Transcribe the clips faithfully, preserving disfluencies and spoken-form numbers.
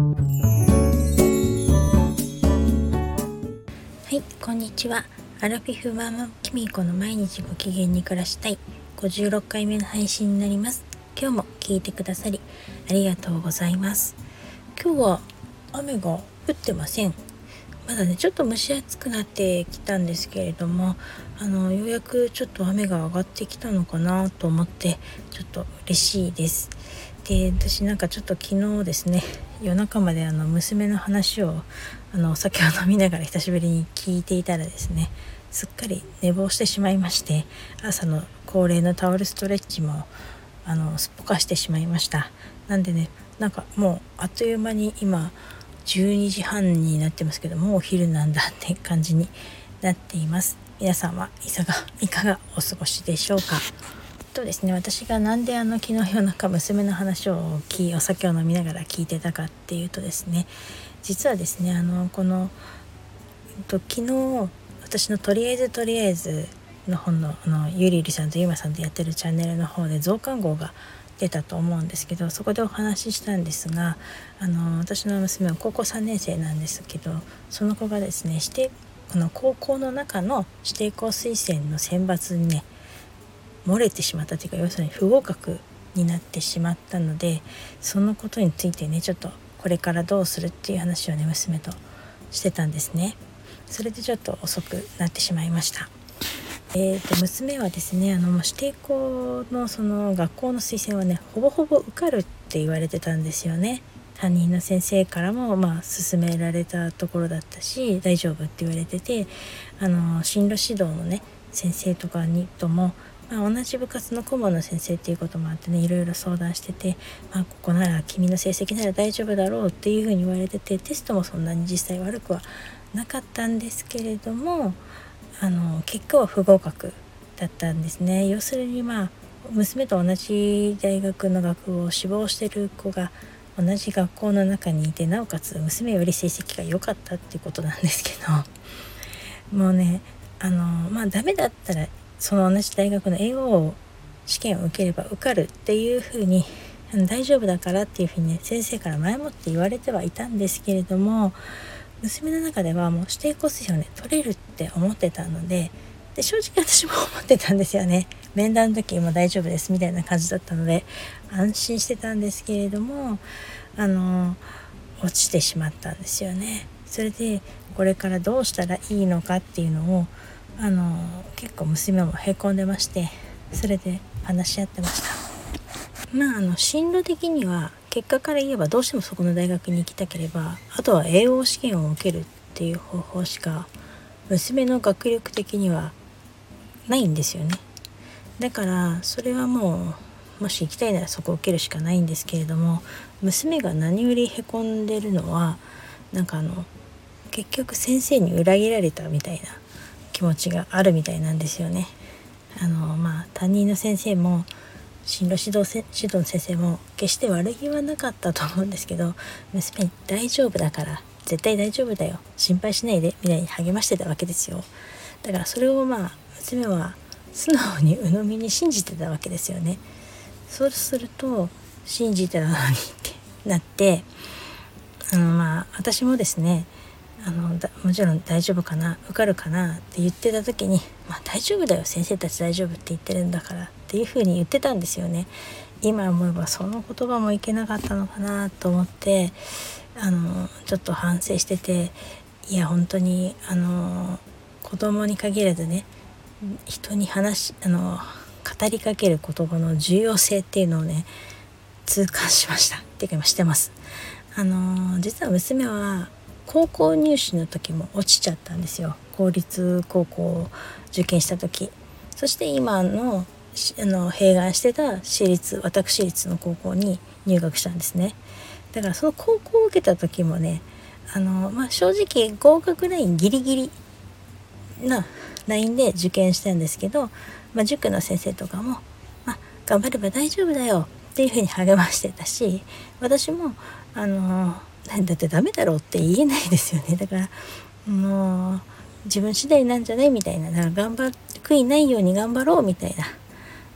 はい、こんにちは。アラフィフママキミコの毎日ご機嫌に暮らしたいごじゅうろっかいめの配信になります。今日も聞いてくださりありがとうございます。今日は雨が降ってません。まだねちょっと蒸し暑くなってきたんですけれども、あのようやくちょっと雨が上がってきたのかなと思ってちょっと嬉しいです。で、私なんかちょっと昨日ですね、夜中まであの娘の話をあのお酒を飲みながら久しぶりに聞いていたらですね、すっかり寝坊してしまいまして、朝の恒例のタオルストレッチもあのすっぽかしてしまいました。なんでね、なんかもうあっという間に今じゅうにじはんになってますけど、もうお昼なんだって感じになっています。皆さんはいかがいかがお過ごしでしょうか。とですね、私がなんであの昨日夜中娘の話を聞お酒を飲みながら聞いてたかっていうとですね、実はですね、あのこの、えっと、昨日私のとりあえずとりあえずの本のあのゆりゆりさんとゆまさんでやってるチャンネルの方で増刊号が出たと思うんですけど、そこでお話ししたんですが、あの私の娘は高校さんねん生なんですけど、その子がですね、指定この高校の中の指定校推薦の選抜にね漏れてしまったというか、要するに不合格になってしまったので、そのことについてねちょっとこれからどうするっていう話をね娘としてたんですね。それでちょっと遅くなってしまいました。えー、と娘はですね、あの指定校のその学校の推薦はねほぼほぼ受かるって言われてたんですよね。担任の先生からもまあ勧められたところだったし、大丈夫って言われてて、あの進路指導のね先生とかにとも、まあ、同じ部活の顧問の先生っていうこともあってね、いろいろ相談してて、まあ、ここなら君の成績なら大丈夫だろうっていうふうに言われてて、テストもそんなに実際悪くはなかったんですけれども、あの結果は不合格だったんですね。要するにまあ娘と同じ大学の学部を志望してる子が同じ学校の中にいて、なおかつ娘より成績が良かったっていうことなんですけど、もうねあのまあダメだったらその同じ大学の英語試験を受ければ受かるっていうふうに、大丈夫だからっていうふうにね先生から前もって言われてはいたんですけれども、娘の中ではもう指定校推薦をね取れるって思ってたので、で正直私も思ってたんですよね。面談の時も大丈夫ですみたいな感じだったので安心してたんですけれども、あの落ちてしまったんですよね。それでこれからどうしたらいいのかっていうのをあの結構娘もへこんでまして、それで話し合ってました。まああの進路的には結果から言えばどうしてもそこの大学に行きたければ、あとは英語試験を受けるっていう方法しか娘の学力的にはないんですよね。だからそれはもうもし行きたいならそこを受けるしかないんですけれども、娘が何よりへこんでるのはなんかあの結局先生に裏切られたみたいな気持ちがあるみたいなんですよね。あのまあ担任の先生も進路指導せ指導の先生も決して悪気はなかったと思うんですけど、娘に大丈夫だから絶対大丈夫だよ心配しないでみたいに励ましてたわけですよ。だからそれをまあ娘は素直に鵜呑みに信じてたわけですよね。そうすると信じてたのにってなって、あのまあ私もですね、あのだもちろん大丈夫かな受かるかなって言ってた時に、まあ大丈夫だよ先生たち大丈夫って言ってるんだからっていう風に言ってたんですよね。今思えばその言葉もいけなかったのかなと思って、あのちょっと反省してて、いや本当にあの子供に限らずね、人に話あの語りかける言葉の重要性っていうのをね痛感しましたっていうか今してます。あの実は娘は高校入試の時も落ちちゃったんですよ。公立高校を受験した時、そして今のあの併願してた私立私立の高校に入学したんですね。だからその高校を受けた時もね、あの、まあ、正直合格ラインギリギリなラインで受験したんですけど、まあ、塾の先生とかも、まあ、頑張れば大丈夫だよっていうふうに励ましてたし、私もあのだってダメだろうって言えないですよね。だからもう自分次第なんじゃないみたいな、だから頑張って悔いないように頑張ろうみたいな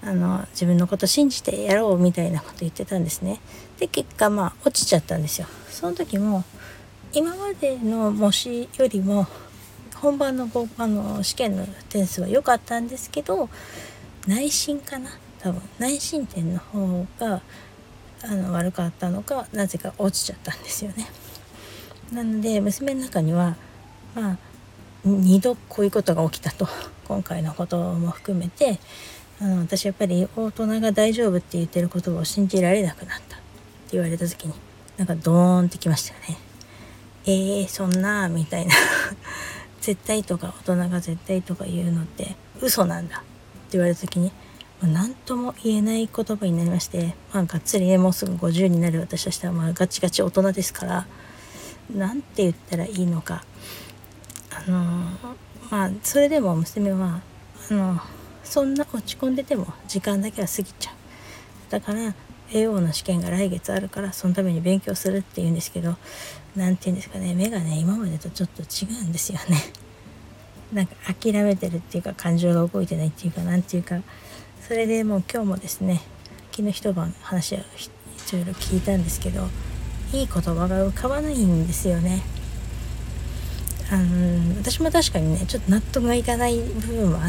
あの自分のこと信じてやろうみたいなこと言ってたんですね。で結果まあ落ちちゃったんですよ。その時も今までの模試よりも本番のごあの試験の点数は良かったんですけど、内申かな、多分内申点の方があの悪かったのかなぜか落ちちゃったんですよね。なので娘の中にはまあにどこういうことが起きたと、今回のことも含めてあの私やっぱり大人が大丈夫って言ってることを信じられなくなったって言われた時になんかドーンってきましたよね。えーそんなみたいな絶対とか大人が絶対とか言うのって嘘なんだって言われた時に何とも言えない言葉になりまして、まあ、がっつりねもうすぐごじゅうになる私としてはまあガチガチ大人ですから、なんて言ったらいいのか、あのまあそれでも娘はあのそんな落ち込んでても時間だけは過ぎちゃう、だから エーオー の試験が来月あるからそのために勉強するって言うんですけど、なんて言うんですかね、目がね今までとちょっと違うんですよね。なんか諦めてるっていうか感情が動いてないっていうかなんていうか、それでもう今日もですね、昨日一晩話をいろいろ聞いたんですけど、いい言葉が浮かばないんですよね。あの私も確かにねちょっと納得がいかない部分もあって、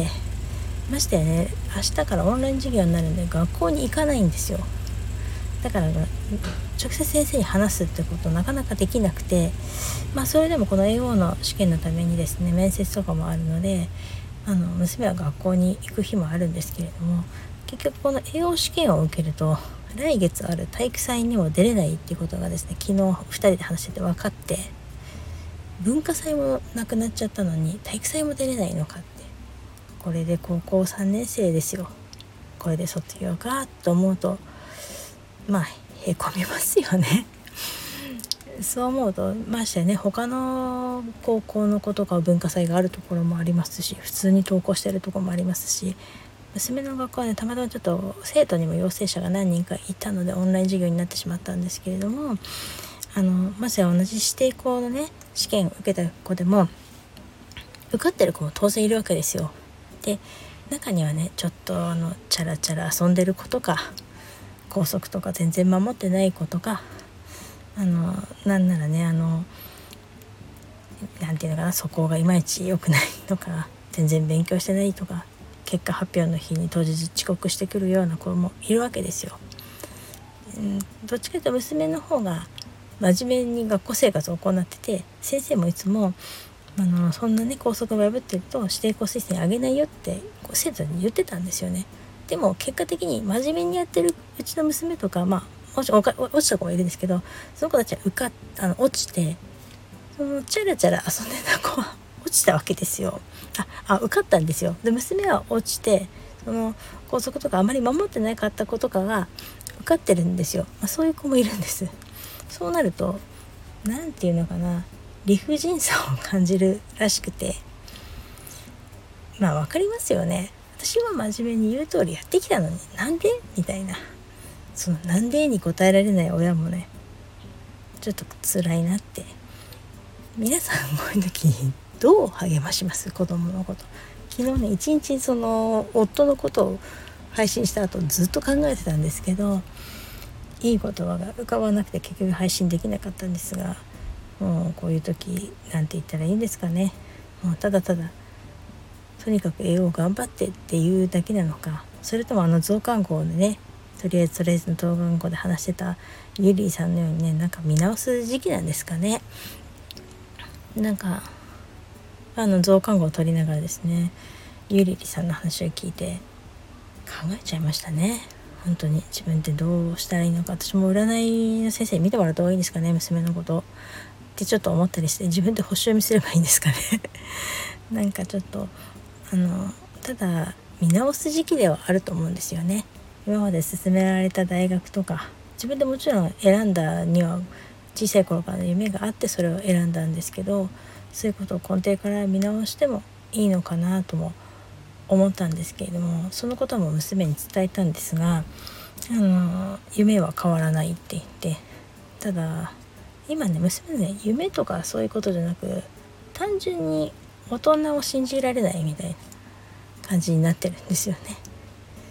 ましてやね明日からオンライン授業になるんで学校に行かないんですよ。だから直接先生に話すってことなかなかできなくて、まあそれでもこの エーオー の試験のためにですね面接とかもあるので、あの娘は学校に行く日もあるんですけれども、結局この エーオー 試験を受けると来月ある体育祭にも出れないっていうことがですね、昨日ふたりで話してて分かって、文化祭もなくなっちゃったのに体育祭も出れないのかって、これで高校さんねん生ですよ、これで卒業かと思うとまあへこみますよねそう思うとましてね、他の高校の子とか文化祭があるところもありますし、普通に登校してるところもありますし、娘の学校はねたまたまちょっと生徒にも陽性者が何人かいたのでオンライン授業になってしまったんですけれども、あのまずは同じ指定校のね試験を受けた子でも受かってる子も当然いるわけですよ。で中にはねちょっとあのチャラチャラ遊んでる子とか校則とか全然守ってない子とか、あのなんならねあのなんていうのかな、素行がいまいち良くないとか全然勉強してないとか、結果発表の日に当日遅刻してくるような子もいるわけですよ。うん、どっちかというと娘の方が真面目に学校生活を行ってて、先生もいつもあのそんなね校則を破ってると指定校推薦あげないよって生徒に言ってたんですよね。でも結果的に真面目にやってるうちの娘とか、まあもちろん落ちた子もいるんですけど、その子たちは受かっあの落ちて、そのチャラチャラ遊んでた子は落ちたわけですよ。ああ受かったんですよ。で娘は落ちて、その校則とかあまり守ってなかった子とかが受かってるんですよ。まあ、そういう子もいるんです。そうなるとなんていうのかな、理不尽さを感じるらしくて、まあわかりますよね。私は真面目に言う通りやってきたのになんでみたいな、そのなんでに答えられない親もねちょっと辛いなって。皆さんこういう時にどう励まします？子供のこと。昨日ね一日その夫のことを配信した後ずっと考えてたんですけど、いい言葉が浮かばなくて結局配信できなかったんですが、もうこういう時なんて言ったらいいんですかね。もうただただとにかく英語を頑張ってっていうだけなのか、それともあの増刊号でねとりあえずとりあえずの増刊号で話してたゆりーさんのようにねなんか見直す時期なんですかね。なんかあの増刊号を取りながらですねゆりりさんの話を聞いて考えちゃいましたね。本当に自分ってどうしたらいいのか、私も占いの先生に見てもらった方がいいんですかね、娘のことってちょっと思ったりして、自分で星読みすればいいんですかねなんかちょっとあのただ見直す時期ではあると思うんですよね。今まで勧められた大学とか自分でもちろん選んだには小さい頃からの夢があってそれを選んだんですけど、そういうことを根底から見直してもいいのかなとも思ったんですけれども、そのことも娘に伝えたんですが、あの夢は変わらないって言って、ただ今ね娘ね夢とかそういうことじゃなく単純に大人を信じられないみたいな感じになってるんですよね。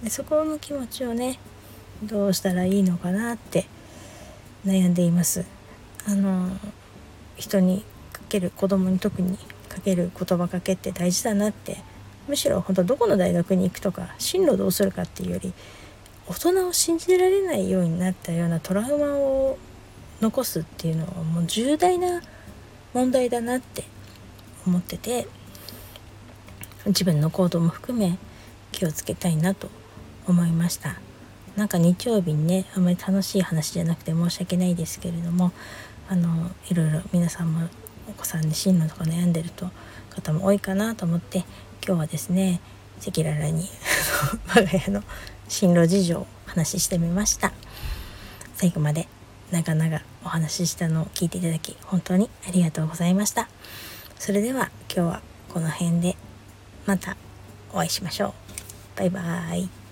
でそこの気持ちをねどうしたらいいのかなって悩んでいます。あの人にかける、子供に特にかける言葉かけって大事だなって、むしろ本当どこの大学に行くとか進路どうするかっていうより、大人を信じられないようになったようなトラウマを残すっていうのはもう重大な問題だなって思ってて、自分の行動も含め気をつけたいなと思いました。なんか日曜日にねあんまり楽しい話じゃなくて申し訳ないですけれども、あのいろいろ皆さんもお子さんに進路とか悩んでると方も多いかなと思って、今日はですね赤裸々に我が家の進路事情をお話ししてみました。最後まで長々お話ししたのを聞いていただき本当にありがとうございました。それでは今日はこの辺でまたお会いしましょう。バイバーイ。